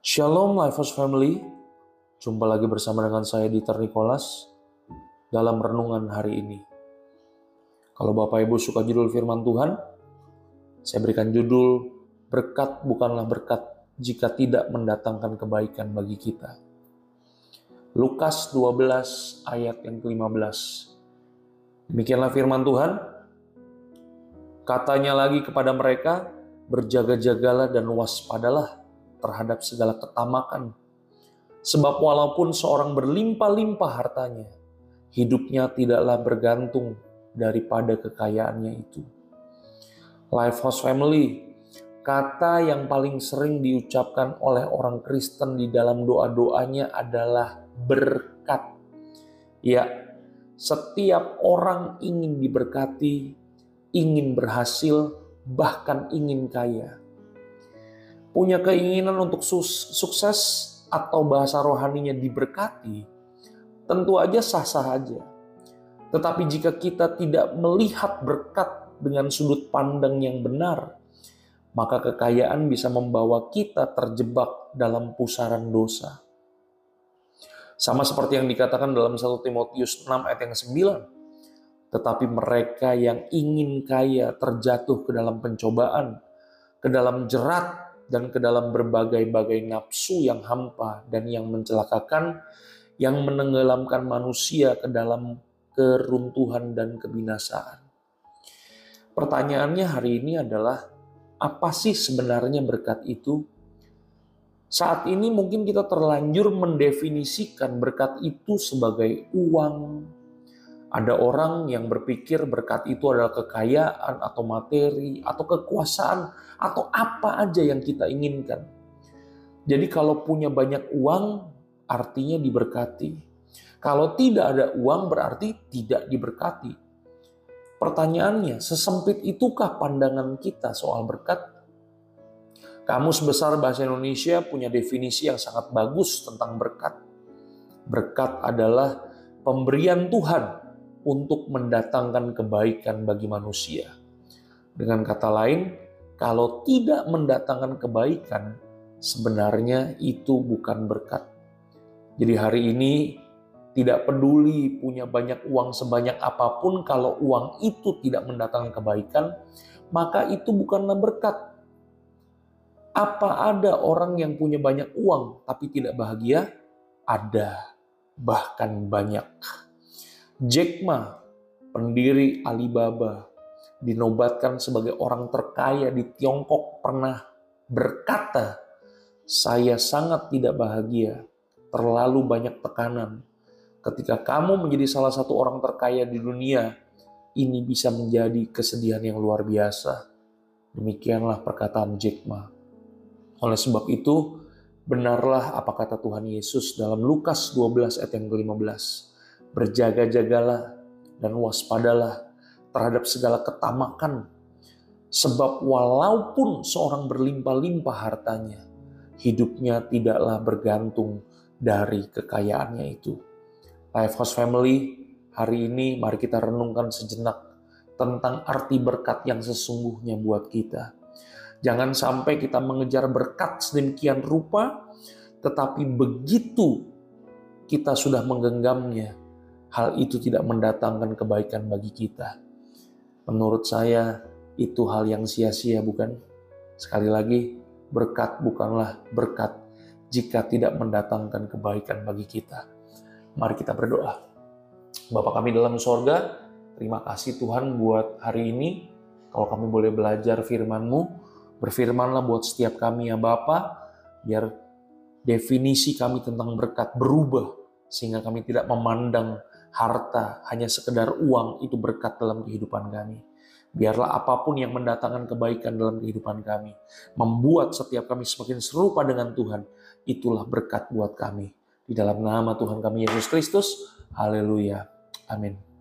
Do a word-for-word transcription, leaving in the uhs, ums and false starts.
Shalom Lifehouse Family, jumpa lagi bersama dengan saya Dieter Nicholas dalam renungan hari ini. Kalau Bapak Ibu suka judul firman Tuhan, saya berikan judul berkat bukanlah berkat jika tidak mendatangkan kebaikan bagi kita. Lukas dua belas ayat yang kelima belas. Demikianlah firman Tuhan. Katanya lagi kepada mereka, berjaga-jagalah dan waspadalah terhadap segala ketamakan. Sebab walaupun seorang berlimpah-limpah hartanya, hidupnya tidaklah bergantung daripada kekayaannya itu. Lifehouse Family, kata yang paling sering diucapkan oleh orang Kristen di dalam doa-doanya adalah berkat. Ya, setiap orang ingin diberkati, ingin berhasil, bahkan ingin kaya. Punya keinginan untuk sukses atau bahasa rohaninya diberkati, tentu aja sah-sah aja. Tetapi jika kita tidak melihat berkat dengan sudut pandang yang benar, maka kekayaan bisa membawa kita terjebak dalam pusaran dosa. Sama seperti yang dikatakan dalam satu Timotius enam ayat yang sembilan. Tetapi mereka yang ingin kaya terjatuh ke dalam pencobaan, ke dalam jerat, dan ke dalam berbagai-bagai nafsu yang hampa dan yang mencelakakan, yang menenggelamkan manusia ke dalam keruntuhan dan kebinasaan. Pertanyaannya hari ini adalah, apa sih sebenarnya berkat itu? Saat ini mungkin kita terlanjur mendefinisikan berkat itu sebagai uang. Ada orang yang berpikir berkat itu adalah kekayaan atau materi atau kekuasaan atau apa aja yang kita inginkan. Jadi kalau punya banyak uang artinya diberkati. Kalau tidak ada uang berarti tidak diberkati. Pertanyaannya, sesempit itukah pandangan kita soal berkat? Kamus Besar Bahasa Indonesia punya definisi yang sangat bagus tentang berkat. Berkat adalah pemberian Tuhan untuk mendatangkan kebaikan bagi manusia. Dengan kata lain, kalau tidak mendatangkan kebaikan, sebenarnya itu bukan berkat. Jadi hari ini tidak peduli punya banyak uang sebanyak apapun, kalau uang itu tidak mendatangkan kebaikan, maka itu bukanlah berkat. Apa ada orang yang punya banyak uang tapi tidak bahagia? Ada, bahkan banyak. Jack Ma, pendiri Alibaba, dinobatkan sebagai orang terkaya di Tiongkok, pernah berkata, "Saya sangat tidak bahagia, terlalu banyak tekanan. Ketika kamu menjadi salah satu orang terkaya di dunia, ini bisa menjadi kesedihan yang luar biasa." Demikianlah perkataan Jack Ma. Oleh sebab itu, benarlah apa kata Tuhan Yesus dalam Lukas dua belas ayat yang kelima belas. Berjaga-jagalah dan waspadalah terhadap segala ketamakan. Sebab walaupun seorang berlimpah-limpah hartanya, hidupnya tidaklah bergantung dari kekayaannya itu. Lifehouse Family, hari ini mari kita renungkan sejenak tentang arti berkat yang sesungguhnya buat kita. Jangan sampai kita mengejar berkat sedemikian rupa, tetapi begitu kita sudah menggenggamnya, hal itu tidak mendatangkan kebaikan bagi kita. Menurut saya, itu hal yang sia-sia, bukan? Sekali lagi, berkat bukanlah berkat jika tidak mendatangkan kebaikan bagi kita. Mari kita berdoa. Bapa kami dalam sorga, terima kasih Tuhan buat hari ini. Kalau kami boleh belajar firman-Mu, berfirmanlah buat setiap kami ya Bapa, biar definisi kami tentang berkat berubah, sehingga kami tidak memandang harta hanya sekedar uang itu berkat dalam kehidupan kami. Biarlah apapun yang mendatangkan kebaikan dalam kehidupan kami, membuat setiap kami semakin serupa dengan Tuhan, itulah berkat buat kami. Di dalam nama Tuhan kami Yesus Kristus, haleluya, amin.